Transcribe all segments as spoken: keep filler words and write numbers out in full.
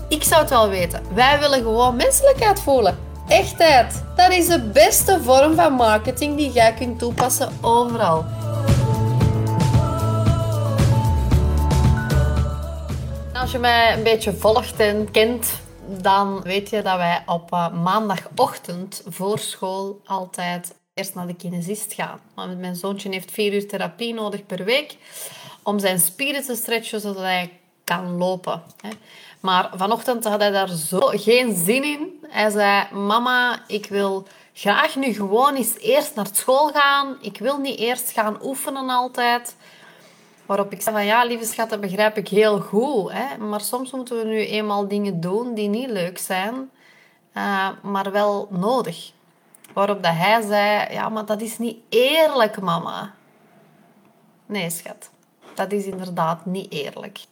Ik zou het wel weten. Wij willen gewoon menselijkheid voelen. Echtheid. Dat is de beste vorm van marketing die jij kunt toepassen overal. Als je mij een beetje volgt en kent, dan weet je dat wij op uh, maandagochtend voor school altijd eerst naar de kinesist gaan. Want mijn zoontje heeft vier uur therapie nodig per week om zijn spieren te stretchen zodat hij kan lopen. Maar vanochtend had hij daar zo geen zin in. Hij zei, mama, ik wil graag nu gewoon eens eerst naar school gaan. Ik wil niet eerst gaan oefenen altijd. Waarop ik zei van, ja, lieve schat, dat begrijp ik heel goed. Hè? Maar soms moeten we nu eenmaal dingen doen die niet leuk zijn, uh, maar wel nodig. Waarop dat hij zei, ja, maar dat is niet eerlijk, mama. Nee, schat. Dat is inderdaad niet eerlijk.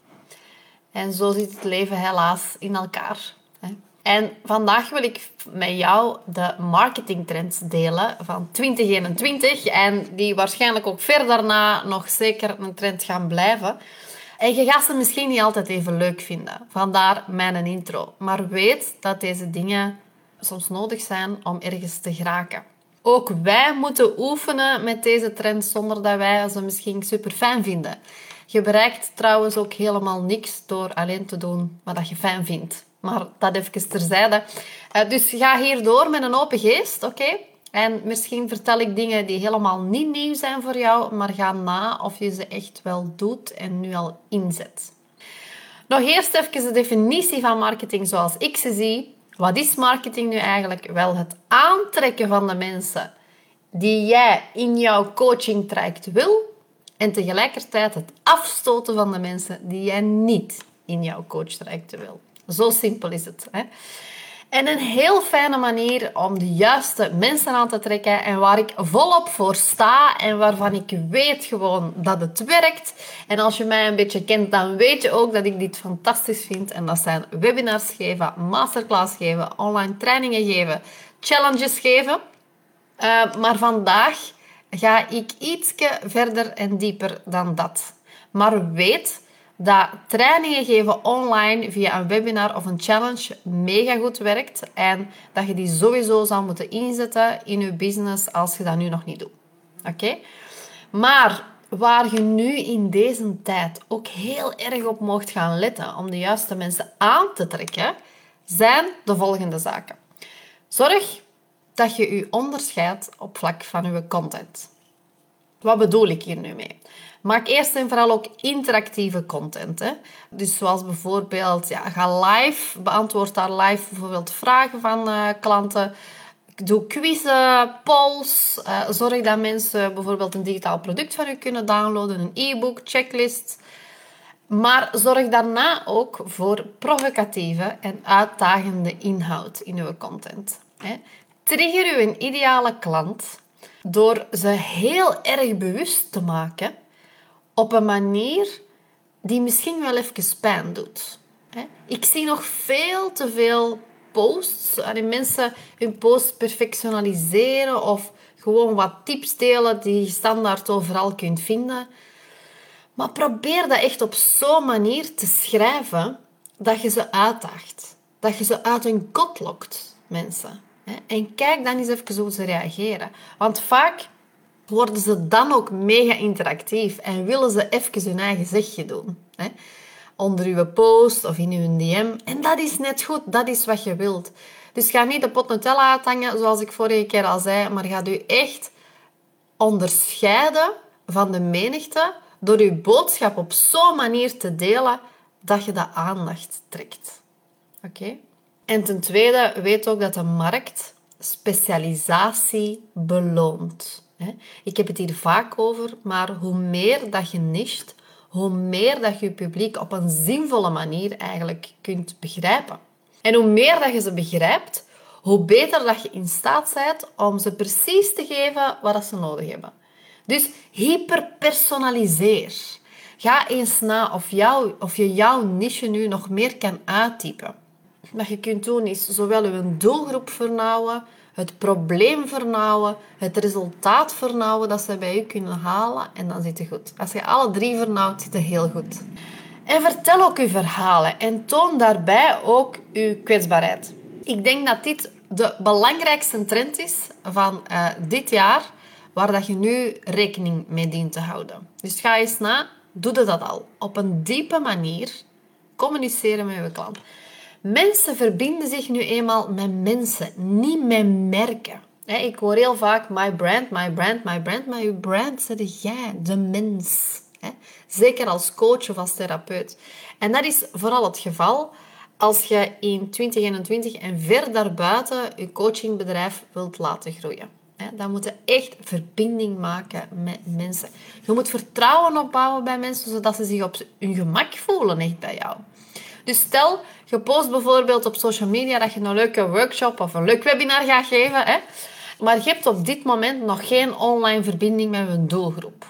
En zo zit het leven helaas in elkaar. Hè? En vandaag wil ik met jou de marketingtrends delen van twintig eenentwintig. En die waarschijnlijk ook ver daarna nog zeker een trend gaan blijven. En je gaat ze misschien niet altijd even leuk vinden. Vandaar mijn intro. Maar weet dat deze dingen soms nodig zijn om ergens te geraken. Ook wij moeten oefenen met deze trends zonder dat wij ze misschien super fijn vinden. Je bereikt trouwens ook helemaal niks door alleen te doen wat je fijn vindt. Maar dat even terzijde. Uh, dus ga hierdoor met een open geest, oké? Okay? En misschien vertel ik dingen die helemaal niet nieuw zijn voor jou, maar ga na of je ze echt wel doet en nu al inzet. Nog eerst even de definitie van marketing zoals ik ze zie. Wat is marketing nu eigenlijk? Wel het aantrekken van de mensen die jij in jouw coaching traject wil en tegelijkertijd het afstoten van de mensen die jij niet in jouw coachtrajecten wil. Zo simpel is het. Hè? En een heel fijne manier om de juiste mensen aan te trekken en waar ik volop voor sta en waarvan ik weet gewoon dat het werkt. En als je mij een beetje kent, dan weet je ook dat ik dit fantastisch vind. En dat zijn webinars geven, masterclass geven, online trainingen geven, challenges geven. Uh, maar vandaag ga ik ietsje verder en dieper dan dat. Maar weet dat trainingen geven online via een webinar of een challenge mega goed werkt en dat je die sowieso zou moeten inzetten in je business als je dat nu nog niet doet. Oké? Okay? Maar waar je nu in deze tijd ook heel erg op mocht gaan letten om de juiste mensen aan te trekken, zijn de volgende zaken. Zorg dat je je onderscheidt op vlak van je content. Wat bedoel ik hier nu mee? Maak eerst en vooral ook interactieve content. Hè? Dus zoals bijvoorbeeld, ja, ga live, beantwoord daar live bijvoorbeeld vragen van uh, klanten. Doe quizzen, polls. Uh, zorg dat mensen bijvoorbeeld een digitaal product van u kunnen downloaden, een e-book, checklist. Maar zorg daarna ook voor provocatieve en uitdagende inhoud in uw content. Hè? Trigger uw ideale klant door ze heel erg bewust te maken op een manier die misschien wel even pijn doet. Ik zie nog veel te veel posts waarin mensen hun post perfectionaliseren of gewoon wat tips delen die je standaard overal kunt vinden. Maar probeer dat echt op zo'n manier te schrijven dat je ze uitdaagt. Dat je ze uit hun kot lokt, mensen. En kijk dan eens even hoe ze reageren. Want vaak worden ze dan ook mega interactief en willen ze even hun eigen zegje doen. Hè? Onder uw post of in uw D M. En dat is net goed, dat is wat je wilt. Dus ga niet de pot Nutella uithangen, zoals ik vorige keer al zei, maar ga je echt onderscheiden van de menigte door je boodschap op zo'n manier te delen dat je de aandacht trekt. Oké? Okay? En ten tweede, weet ook dat de markt specialisatie beloont. Ik heb het hier vaak over, maar hoe meer dat je nicht, hoe meer dat je je publiek op een zinvolle manier eigenlijk kunt begrijpen. En hoe meer dat je ze begrijpt, hoe beter dat je in staat bent om ze precies te geven wat ze nodig hebben. Dus hyperpersonaliseer. Ga eens na of, jou, of je jouw niche nu nog meer kan uittypen. Wat je kunt doen is zowel je doelgroep vernauwen, het probleem vernauwen, het resultaat vernauwen dat ze bij je kunnen halen en dan zit het goed. Als je alle drie vernauwt, zit het heel goed. En vertel ook uw verhalen en toon daarbij ook uw kwetsbaarheid. Ik denk dat dit de belangrijkste trend is van uh, dit jaar, waar dat je nu rekening mee dient te houden. Dus ga eens na, doe je dat al. Op een diepe manier communiceren met je klant. Mensen verbinden zich nu eenmaal met mensen, niet met merken. Ik hoor heel vaak, my brand, my brand, my brand. Maar je brand zet jij, de mens. Zeker als coach of als therapeut. En dat is vooral het geval als je in twintig eenentwintig en ver daarbuiten je coachingbedrijf wilt laten groeien. Dan moet je echt verbinding maken met mensen. Je moet vertrouwen opbouwen bij mensen, zodat ze zich op hun gemak voelen echt bij jou. Dus stel, je post bijvoorbeeld op social media dat je een leuke workshop of een leuk webinar gaat geven, hè? Maar je hebt op dit moment nog geen online verbinding met een doelgroep.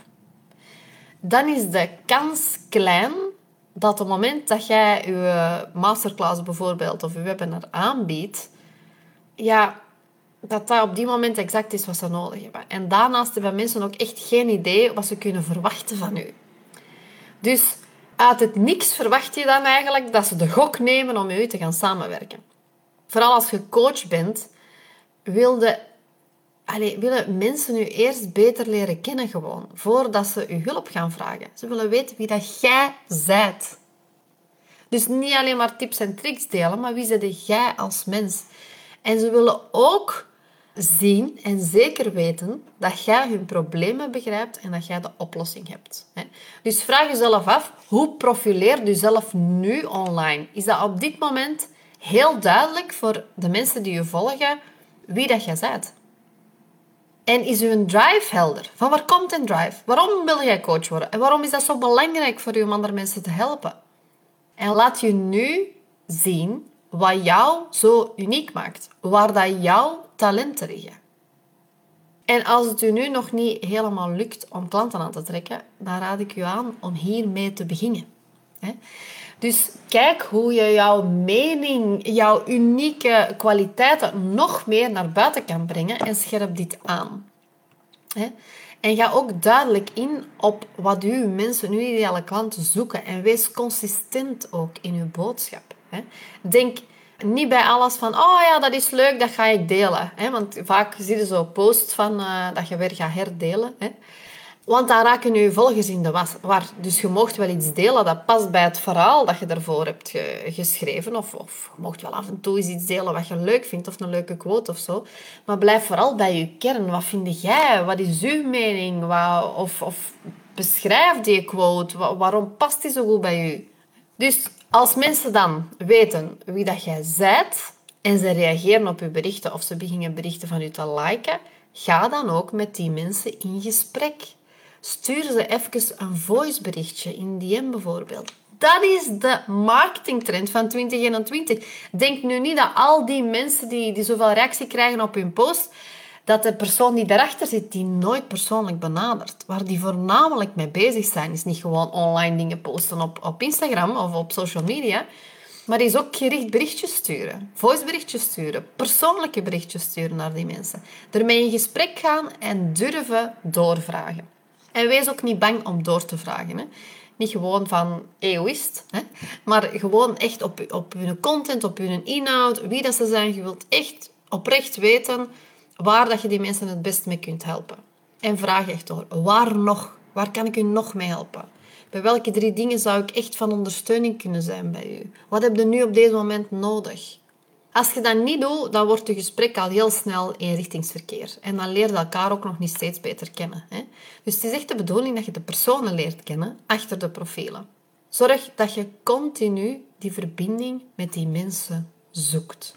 Dan is de kans klein dat op het moment dat jij je masterclass bijvoorbeeld of je webinar aanbiedt, ja, dat dat op die moment exact is wat ze nodig hebben. En daarnaast hebben mensen ook echt geen idee wat ze kunnen verwachten van u. Dus uit het niks verwacht je dan eigenlijk dat ze de gok nemen om met u te gaan samenwerken. Vooral als je coach bent, wilde, allez, willen mensen u eerst beter leren kennen gewoon, voordat ze u hulp gaan vragen. Ze willen weten wie dat jij zijt. Dus niet alleen maar tips en tricks delen, maar wie zit jij als mens. En ze willen ook zien en zeker weten dat jij hun problemen begrijpt en dat jij de oplossing hebt. Dus vraag jezelf af, hoe profileer je jezelf nu online? Is dat op dit moment heel duidelijk voor de mensen die je volgen wie dat jij bent? En is uw drive helder? Van waar komt een drive? Waarom wil jij coach worden? En waarom is dat zo belangrijk voor je om andere mensen te helpen? En laat je nu zien wat jou zo uniek maakt. Waar dat jouw talenten liggen. En als het u nu nog niet helemaal lukt om klanten aan te trekken, dan raad ik u aan om hiermee te beginnen. Dus kijk hoe je jouw mening, jouw unieke kwaliteiten nog meer naar buiten kan brengen en scherp dit aan. En ga ook duidelijk in op wat uw mensen, uw ideale klanten zoeken en wees consistent ook in uw boodschap. Denk niet bij alles van, oh ja, dat is leuk, dat ga ik delen. Want vaak zie je zo posts van uh, dat je weer gaat herdelen. Want dan raken je volgers in de war. Dus je mocht wel iets delen dat past bij het verhaal dat je ervoor hebt ge- geschreven. Of, of je mocht wel af en toe eens iets delen wat je leuk vindt. Of een leuke quote of zo. Maar blijf vooral bij je kern. Wat vind jij? Wat is uw mening? Wat, of, of beschrijf die quote. Wa- waarom past die zo goed bij u? Dus als mensen dan weten wie dat jij bent en ze reageren op je berichten of ze beginnen berichten van u te liken, ga dan ook met die mensen in gesprek. Stuur ze even een voiceberichtje in D M bijvoorbeeld. Dat is de marketingtrend van twintig eenentwintig. Denk nu niet dat al die mensen die, die zoveel reactie krijgen op hun post, dat de persoon die daarachter zit, die nooit persoonlijk benadert. Waar die voornamelijk mee bezig zijn, is niet gewoon online dingen posten op, op Instagram of op social media, maar is ook gericht berichtjes sturen. Voiceberichtjes sturen. Persoonlijke berichtjes sturen naar die mensen. Ermee in gesprek gaan en durven doorvragen. En wees ook niet bang om door te vragen. Hè. Niet gewoon van egoïst, hè, maar gewoon echt op, op hun content, op hun inhoud, wie dat ze zijn. Je wilt echt oprecht weten waar dat je die mensen het best mee kunt helpen. En vraag echt door, waar nog? Waar kan ik u nog mee helpen? Bij welke drie dingen zou ik echt van ondersteuning kunnen zijn bij u? Wat heb je nu op deze moment nodig? Als je dat niet doet, dan wordt je gesprek al heel snel eenrichtingsverkeer. En dan leer je elkaar ook nog niet steeds beter kennen. Hè? Dus het is echt de bedoeling dat je de personen leert kennen achter de profielen. Zorg dat je continu die verbinding met die mensen zoekt.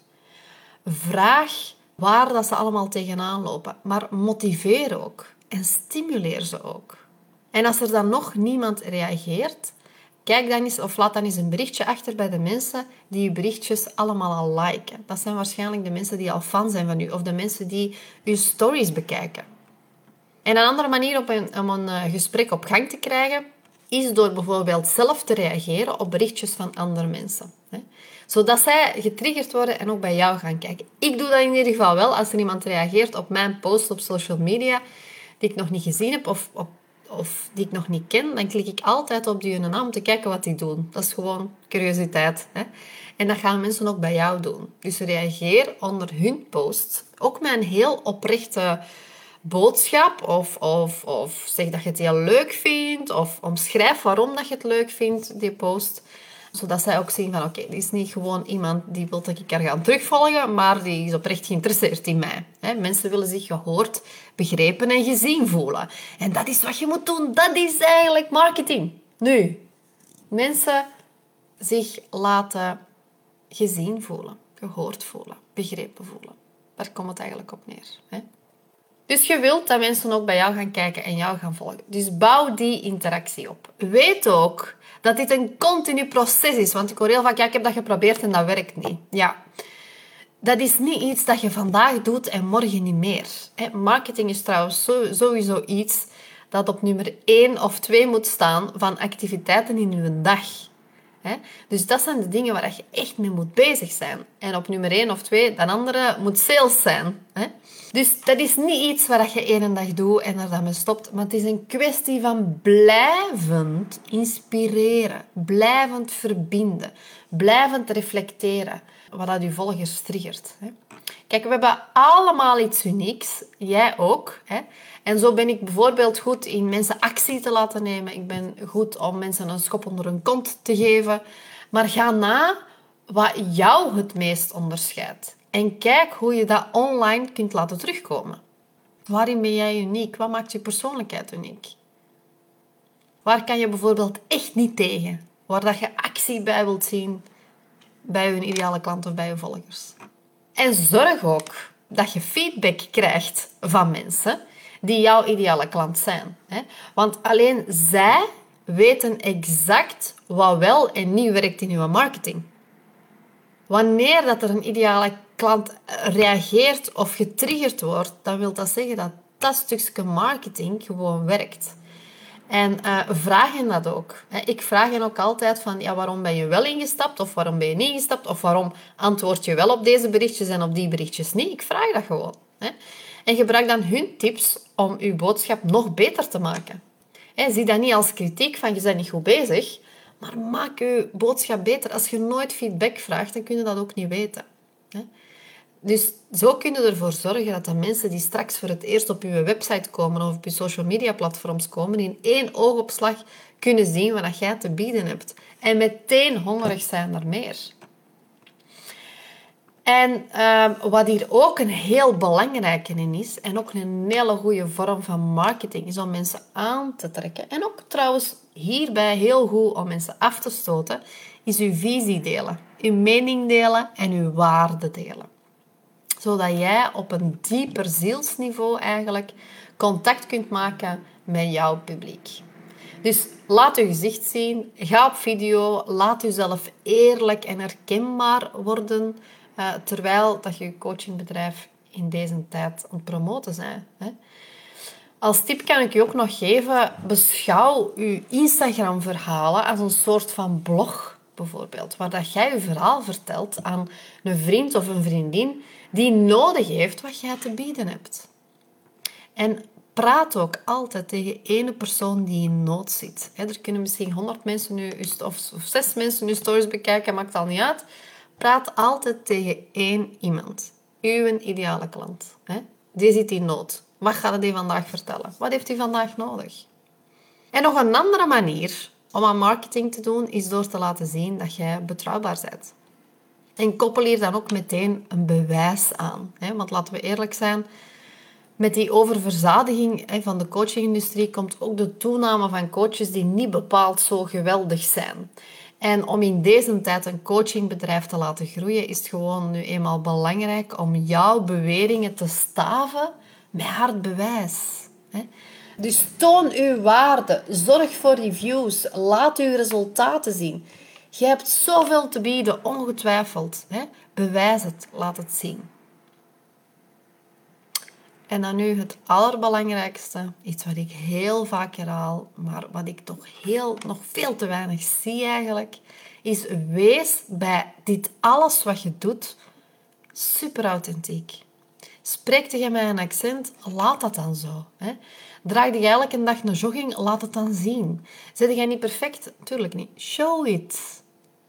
Vraag waar dat ze allemaal tegenaan lopen. Maar motiveer ook. En stimuleer ze ook. En als er dan nog niemand reageert, kijk dan eens of laat dan eens een berichtje achter bij de mensen die je berichtjes allemaal al liken. Dat zijn waarschijnlijk de mensen die al fan zijn van u of de mensen die uw stories bekijken. En een andere manier op een, om een gesprek op gang te krijgen is door bijvoorbeeld zelf te reageren op berichtjes van andere mensen. Hè? Zodat zij getriggerd worden en ook bij jou gaan kijken. Ik doe dat in ieder geval wel als er iemand reageert op mijn post op social media die ik nog niet gezien heb of op of die ik nog niet ken, dan klik ik altijd op die naam om te kijken wat die doen. Dat is gewoon curiositeit. Hè? En dat gaan mensen ook bij jou doen. Dus reageer onder hun post. Ook met een heel oprechte boodschap. Of, of, of zeg dat je het heel leuk vindt. Of omschrijf waarom dat je het leuk vindt, die post. Zodat zij ook zien van, oké, okay, dit is niet gewoon iemand die wil dat ik haar ga terugvolgen, maar die is oprecht geïnteresseerd in mij. He, mensen willen zich gehoord, begrepen en gezien voelen. En dat is wat je moet doen. Dat is eigenlijk marketing. Nu, mensen zich laten gezien voelen, gehoord voelen, begrepen voelen. Daar komt het eigenlijk op neer. Hè? Dus je wilt dat mensen ook bij jou gaan kijken en jou gaan volgen. Dus bouw die interactie op. Weet ook dat dit een continu proces is. Want ik hoor heel vaak, ja, ik heb dat geprobeerd en dat werkt niet. Ja, dat is niet iets dat je vandaag doet en morgen niet meer. Marketing is trouwens sowieso iets dat op nummer één of twee moet staan van activiteiten in je dag. Dus dat zijn de dingen waar je echt mee moet bezig zijn. En op nummer één of twee, dan andere, moet sales zijn. Dus dat is niet iets waar je één dag doet en er dan mee stopt. Maar het is een kwestie van blijvend inspireren. Blijvend verbinden. Blijvend reflecteren. Wat dat je volgers triggert. Kijk, we hebben allemaal iets unieks. Jij ook. En zo ben ik bijvoorbeeld goed in mensen actie te laten nemen. Ik ben goed om mensen een schop onder hun kont te geven. Maar ga na wat jou het meest onderscheidt. En kijk hoe je dat online kunt laten terugkomen. Waarin ben jij uniek? Wat maakt je persoonlijkheid uniek? Waar kan je bijvoorbeeld echt niet tegen? Waar dat je actie bij wilt zien bij je ideale klant of bij je volgers. En zorg ook dat je feedback krijgt van mensen die jouw ideale klant zijn. Want alleen zij weten exact wat wel en niet werkt in je marketing. Wanneer dat er een ideale klant reageert of getriggerd wordt, dan wil dat zeggen dat dat stukje marketing gewoon werkt. En uh, vraag hen dat ook. Ik vraag hen ook altijd van, ja, waarom ben je wel ingestapt of waarom ben je niet ingestapt of waarom antwoord je wel op deze berichtjes en op die berichtjes niet. Ik vraag dat gewoon. En gebruik dan hun tips om je boodschap nog beter te maken. Zie dat niet als kritiek van, je bent niet goed bezig, maar maak je boodschap beter. Als je nooit feedback vraagt, dan kun je dat ook niet weten. Dus zo kun je ervoor zorgen dat de mensen die straks voor het eerst op je website komen of op je social media platforms komen, in één oogopslag kunnen zien wat jij te bieden hebt. En meteen hongerig zijn naar meer. En uh, wat hier ook een heel belangrijke in is, en ook een hele goede vorm van marketing, is om mensen aan te trekken. En ook trouwens hierbij heel goed om mensen af te stoten, is uw visie delen. Uw mening delen en uw waarde delen. Zodat jij op een dieper zielsniveau eigenlijk contact kunt maken met jouw publiek. Dus laat je gezicht zien, ga op video, laat jezelf eerlijk en herkenbaar worden, uh, terwijl dat je je coachingbedrijf in deze tijd aan het promoten bent. Hè. Als tip kan ik je ook nog geven, beschouw je Instagram-verhalen als een soort van blog, bijvoorbeeld, waar dat jij je verhaal vertelt aan een vriend of een vriendin die nodig heeft wat jij te bieden hebt. En praat ook altijd tegen ene persoon die in nood zit. Er kunnen misschien honderd mensen nu, of zes mensen nu stories bekijken, maakt al niet uit. Praat altijd tegen één iemand. Uw ideale klant. Die zit in nood. Wat gaat hij vandaag vertellen? Wat heeft hij vandaag nodig? En nog een andere manier om aan marketing te doen, is door te laten zien dat jij betrouwbaar bent. En koppel hier dan ook meteen een bewijs aan. Want laten we eerlijk zijn, met die oververzadiging van de coachingindustrie komt ook de toename van coaches die niet bepaald zo geweldig zijn. En om in deze tijd een coachingbedrijf te laten groeien, is het gewoon nu eenmaal belangrijk om jouw beweringen te staven met hard bewijs. Dus toon uw waarde, zorg voor reviews, laat uw resultaten zien. Je hebt zoveel te bieden, ongetwijfeld. Bewijs het, laat het zien. En dan nu het allerbelangrijkste, iets wat ik heel vaak herhaal, maar wat ik toch heel, nog veel te weinig zie eigenlijk, is wees bij dit alles wat je doet super authentiek. Spreek tegen mij een accent, laat dat dan zo. Hè? Draag jij elke dag een jogging? Laat het dan zien. Zeg jij niet perfect? Tuurlijk niet. Show it.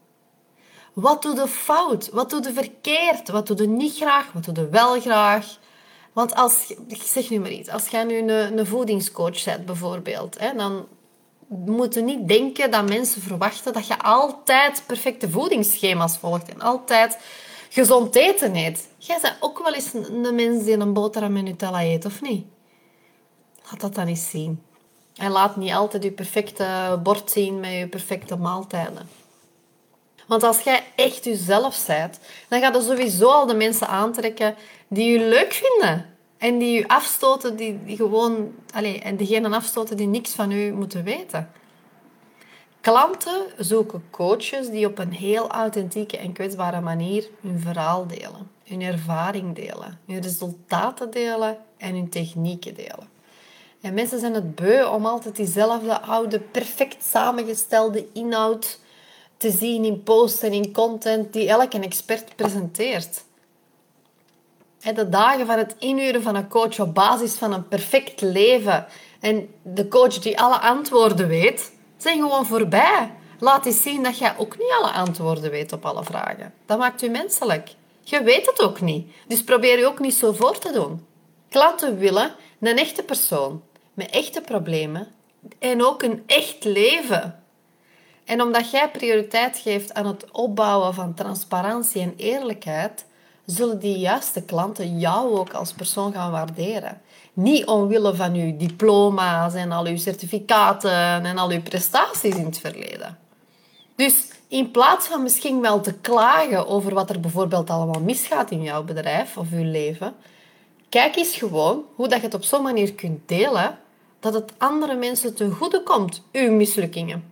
Wat doe je fout? Wat doe je verkeerd? Wat doe je niet graag? Wat doe je wel graag? Want als, ik zeg nu maar iets, als jij nu een, een voedingscoach bent bijvoorbeeld, hè, dan moet je niet denken dat mensen verwachten dat je altijd perfecte voedingsschema's volgt en altijd gezond eten eet. Jij bent ook wel eens een, een mens die een boterham met Nutella eet, of niet? Laat dat dan eens zien. En laat niet altijd je perfecte bord zien met je perfecte maaltijden. Want als jij echt jezelf bent, dan gaat je sowieso al de mensen aantrekken die je leuk vinden. En die je afstoten, die, die gewoon... Allez, en diegenen afstoten die niks van u moeten weten. Klanten zoeken coaches die op een heel authentieke en kwetsbare manier hun verhaal delen. Hun ervaring delen. Hun resultaten delen en hun technieken delen. En mensen zijn het beu om altijd diezelfde oude, perfect samengestelde inhoud te zien in posts en in content die elke expert presenteert. De dagen van het inhuren van een coach op basis van een perfect leven en de coach die alle antwoorden weet, zijn gewoon voorbij. Laat eens zien dat jij ook niet alle antwoorden weet op alle vragen. Dat maakt u menselijk. Je weet het ook niet. Dus probeer je ook niet zo voor te doen. Klanten willen een echte persoon met echte problemen en ook een echt leven. En omdat jij prioriteit geeft aan het opbouwen van transparantie en eerlijkheid, zullen die juiste klanten jou ook als persoon gaan waarderen. Niet omwille van uw diploma's en al uw certificaten en al uw prestaties in het verleden. Dus in plaats van misschien wel te klagen over wat er bijvoorbeeld allemaal misgaat in jouw bedrijf of uw leven, kijk eens gewoon hoe dat je het op zo'n manier kunt delen dat het andere mensen ten goede komt, uw mislukkingen.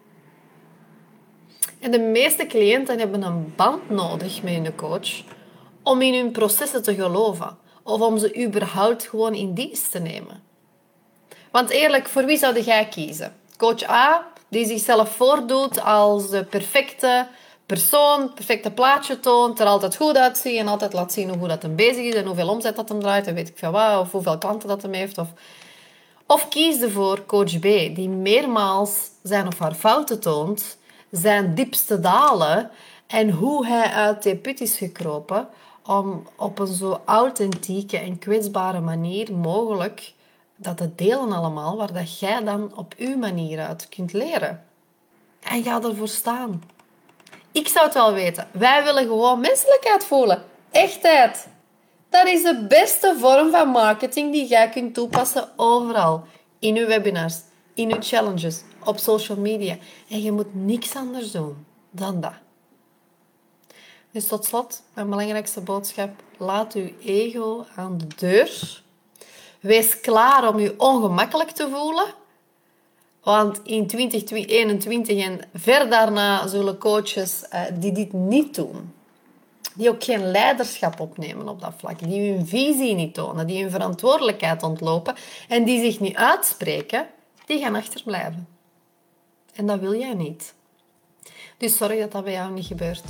En de meeste cliënten hebben een band nodig met hun coach om in hun processen te geloven of om ze überhaupt gewoon in dienst te nemen. Want eerlijk, voor wie zou jij kiezen? Coach A, die zichzelf voordoet als de perfecte persoon, perfecte plaatje toont, er altijd goed uitziet en altijd laat zien hoe goed dat hem bezig is en hoeveel omzet dat hem draait en weet ik veel wat, of hoeveel klanten dat hem heeft. Of, of kies ervoor coach B, die meermaals zijn of haar fouten toont, zijn diepste dalen en hoe hij uit die put is gekropen om op een zo authentieke en kwetsbare manier mogelijk dat te delen allemaal, waar dat jij dan op uw manier uit kunt leren. En ga ervoor staan. Ik zou het wel weten. Wij willen gewoon menselijkheid voelen. Echtheid. Dat is de beste vorm van marketing die jij kunt toepassen overal. In uw webinars, in uw challenges, op social media. En je moet niks anders doen dan dat. Dus tot slot, mijn belangrijkste boodschap. Laat uw ego aan de deur. Wees klaar om je ongemakkelijk te voelen. Want in twintig eenentwintig en ver daarna zullen coaches uh, die dit niet doen, die ook geen leiderschap opnemen op dat vlak, die hun visie niet tonen, die hun verantwoordelijkheid ontlopen en die zich niet uitspreken, die gaan achterblijven. En dat wil jij niet. Dus zorg dat dat bij jou niet gebeurt.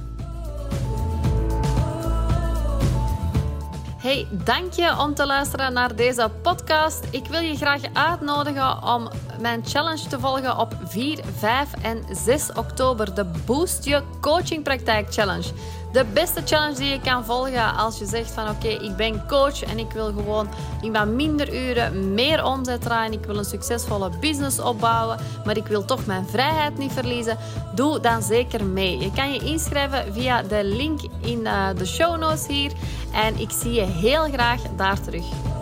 Hey, dank je om te luisteren naar deze podcast. Ik wil je graag uitnodigen om mijn challenge te volgen op vier, vijf en zes oktober. De Boost Je Coaching Praktijk Challenge. De beste challenge die je kan volgen als je zegt van oké, okay, ik ben coach en ik wil gewoon in wat minder uren meer omzet draaien. Ik wil een succesvolle business opbouwen, maar ik wil toch mijn vrijheid niet verliezen. Doe dan zeker mee. Je kan je inschrijven via de link in de show notes hier. En ik zie je heel graag daar terug.